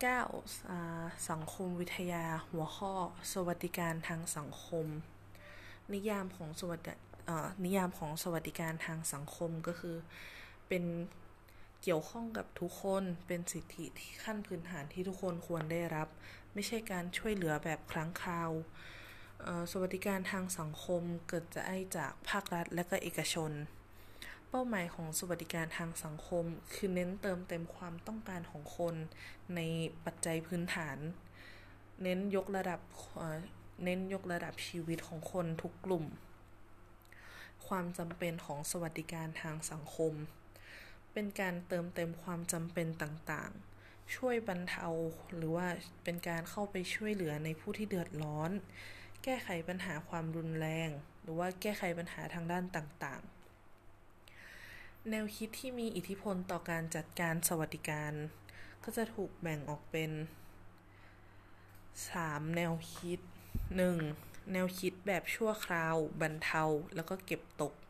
9สังคมวิทยาหัวข้อสวัสดิการทางสังคมนิยามของสวัสดิการทางสังคมก็คือเป็นเกี่ยวข้องกับทุกคนเป็นสิทธิที่ขั้นพื้นฐานที่ทุกคนควรได้รับไม่ใช่การช่วยเหลือแบบครั้งคราวสวัสดิการทางสังคมเกิดจากภาครัฐและก็เอกชนเป้าหมายของสวัสดิการทางสังคมคือเน้นเติมเต็มความต้องการของคนในปัจจัยพื้นฐานเน้นยกระดับชีวิตของคนทุกกลุ่มความจำเป็นของสวัสดิการทางสังคมเป็นการเติมเต็มความจำเป็นต่างๆช่วยบรรเทาหรือว่าเป็นการเข้าไปช่วยเหลือในผู้ที่เดือดร้อนแก้ไขปัญหาความรุนแรงหรือว่าแก้ไขปัญหาทางด้านต่างๆแนวคิดที่มีอิทธิพลต่อการจัดการสวัสดิการก็จะถูกแบ่งออกเป็น3แนวคิด 1. แนวคิดแบบชั่วคราวบรรเทาแล้วก็เก็บตก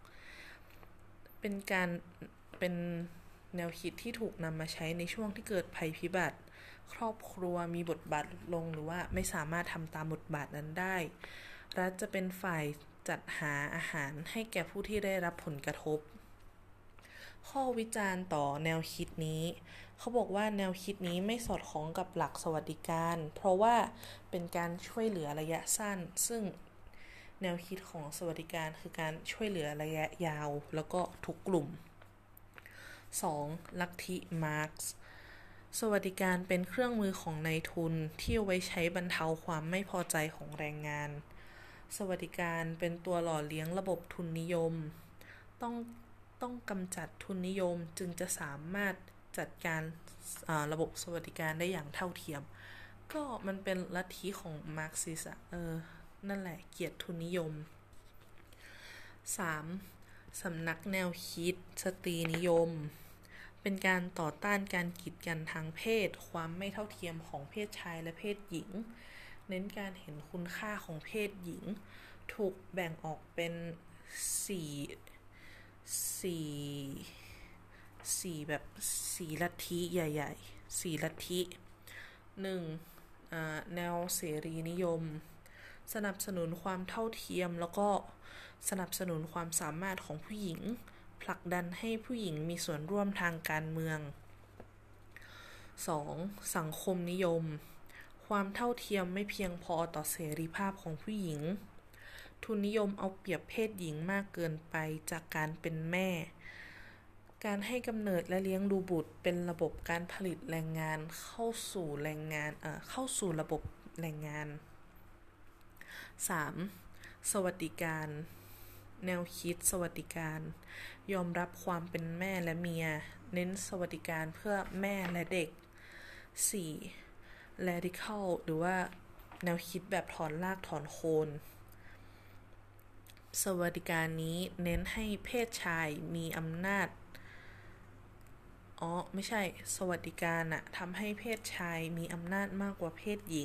เป็นแนวคิดที่ถูกนำมาใช้ในช่วงที่เกิดภัยพิบัติครอบครัวมีบทบาทลดลงหรือว่าไม่สามารถทำตามบทบาทนั้นได้รัฐจะเป็นฝ่ายจัดหาอาหารให้แก่ผู้ที่ได้รับผลกระทบข้อวิจารณ์ต่อแนวคิดนี้เขาบอกว่าแนวคิดนี้ไม่สอดคล้องกับหลักสวัสดิการเพราะว่าเป็นการช่วยเหลือระยะสั้นซึ่งแนวคิดของสวัสดิการคือการช่วยเหลือระยะยาวแล้วก็ทุกกลุ่ม 2. ลัทธิมาร์กซ์สวัสดิการเป็นเครื่องมือของนายทุนที่เอาไว้ใช้บรรเทาความไม่พอใจของแรงงานสวัสดิการเป็นตัวหล่อเลี้ยงระบบทุนนิยมต้องกำจัดทุนนิยมจึงจะสามารถจัดการระบบสวัสดิการได้อย่างเท่าเทียมก็มันเป็นลัทธิของมาร์กซิสต์นั่นแหละเกียรติทุนนิยม 3. สำนักแนวคิดสตรีนิยมเป็นการต่อต้านการกีดกันทางเพศความไม่เท่าเทียมของเพศชายและเพศหญิงเน้นการเห็นคุณค่าของเพศหญิงถูกแบ่งออกเป็น4แบบ4ลัทธิใหญ่ๆ4ลัทธิ 1. แนวเสรีนิยมสนับสนุนความเท่าเทียมแล้วก็สนับสนุนความสามารถของผู้หญิงผลักดันให้ผู้หญิงมีส่วนร่วมทางการเมือง 2. สังคมนิยมความเท่าเทียมไม่เพียงพอต่อเสรีภาพของผู้หญิงทุนนิยมเอาเปรียบเพศหญิงมากเกินไปจากการเป็นแม่การให้กำเนิดและเลี้ยงดูบุตรเป็นระบบการผลิตแรงงานเข้าสู่ระบบแรงงาน 3. สวัสดิการแนวคิดสวัสดิการยอมรับความเป็นแม่และเมียเน้นสวัสดิการเพื่อแม่และเด็ก 4. radical หรือว่าแนวคิดแบบถอนรากถอนโคนสวัสดิการนี้เน้นให้เพศชายมีอำนาจไม่ใช่สวัสดิการทำให้เพศชายมีอำนาจมากกว่าเพศหญิง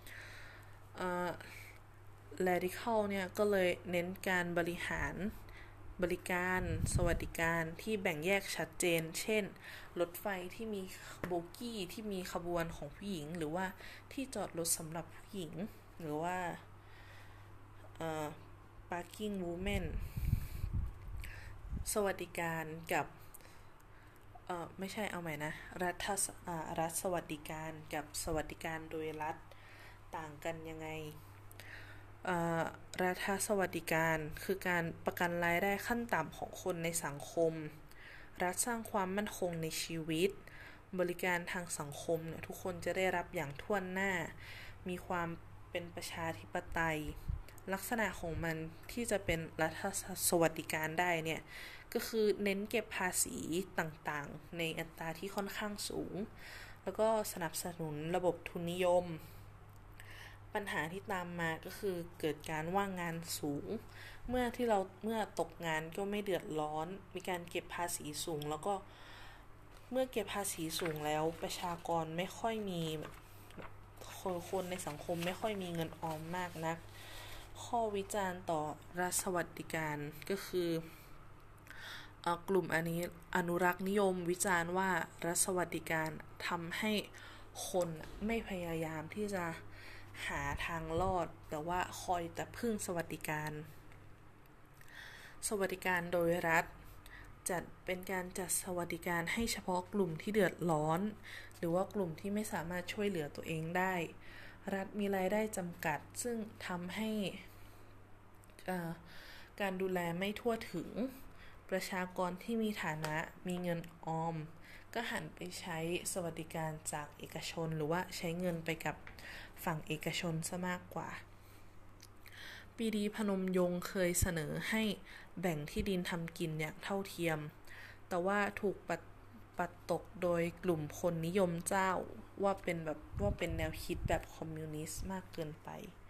radical เนี่ยก็เลยเน้นการบริการสวัสดิการที่แบ่งแยกชัดเจนเช่นรถไฟที่มีโบกี้ที่มีขบวนของผู้หญิงหรือว่าที่จอดรถสำหรับผู้หญิงหรือว่าparking women สวัสดิการกับไม่ใช่เอาใหม่นะรัฐสวัสดิการกับสวัสดิการโดยรัฐต่างกันยังไงรัฐสวัสดิการคือการประกันรายได้ขั้นต่ำของคนในสังคมรัฐสร้างความมั่นคงในชีวิตบริการทางสังคมเนี่ยทุกคนจะได้รับอย่างทั่วหน้ามีความเป็นประชาธิปไตยลักษณะของมันที่จะเป็นรัฐสวัสดิการได้เนี่ยก็คือเน้นเก็บภาษีต่างๆในอัตราที่ค่อนข้างสูงแล้วก็สนับสนุนระบบทุนนิยมปัญหาที่ตามมาก็คือเกิดการว่างงานสูงเมื่อตกงานก็ไม่เดือดร้อนมีการเก็บภาษีสูงแล้วก็เมื่อเก็บภาษีสูงแล้วประชากรไม่ค่อยมีคนในสังคมไม่ค่อยมีเงินออมมากนักข้อวิจารณ์ต่อรัฐสวัสดิการก็คือกลุ่มอนุรักษ์นิยมวิจารณ์ว่ารัฐสวัสดิการทำให้คนไม่พยายามที่จะหาทางรอดแต่ว่าคอยแต่พึ่งสวัสดิการโดยรัฐจัดเป็นการจัดสวัสดิการให้เฉพาะกลุ่มที่เดือดร้อนหรือว่ากลุ่มที่ไม่สามารถช่วยเหลือตัวเองได้รัฐมีรายได้จำกัดซึ่งทำให้การดูแลไม่ทั่วถึงประชากรที่มีฐานะมีเงินออมก็หันไปใช้สวัสดิการจากเอกชนหรือว่าใช้เงินไปกับฝั่งเอกชนซะมากกว่าปรีดีพนมยงค์เคยเสนอให้แบ่งที่ดินทำกินอย่างเท่าเทียมแต่ว่าถูกปัดตกโดยกลุ่มคนนิยมเจ้าว่าเป็นแนวคิดแบบคอมมิวนิสต์มากเกินไป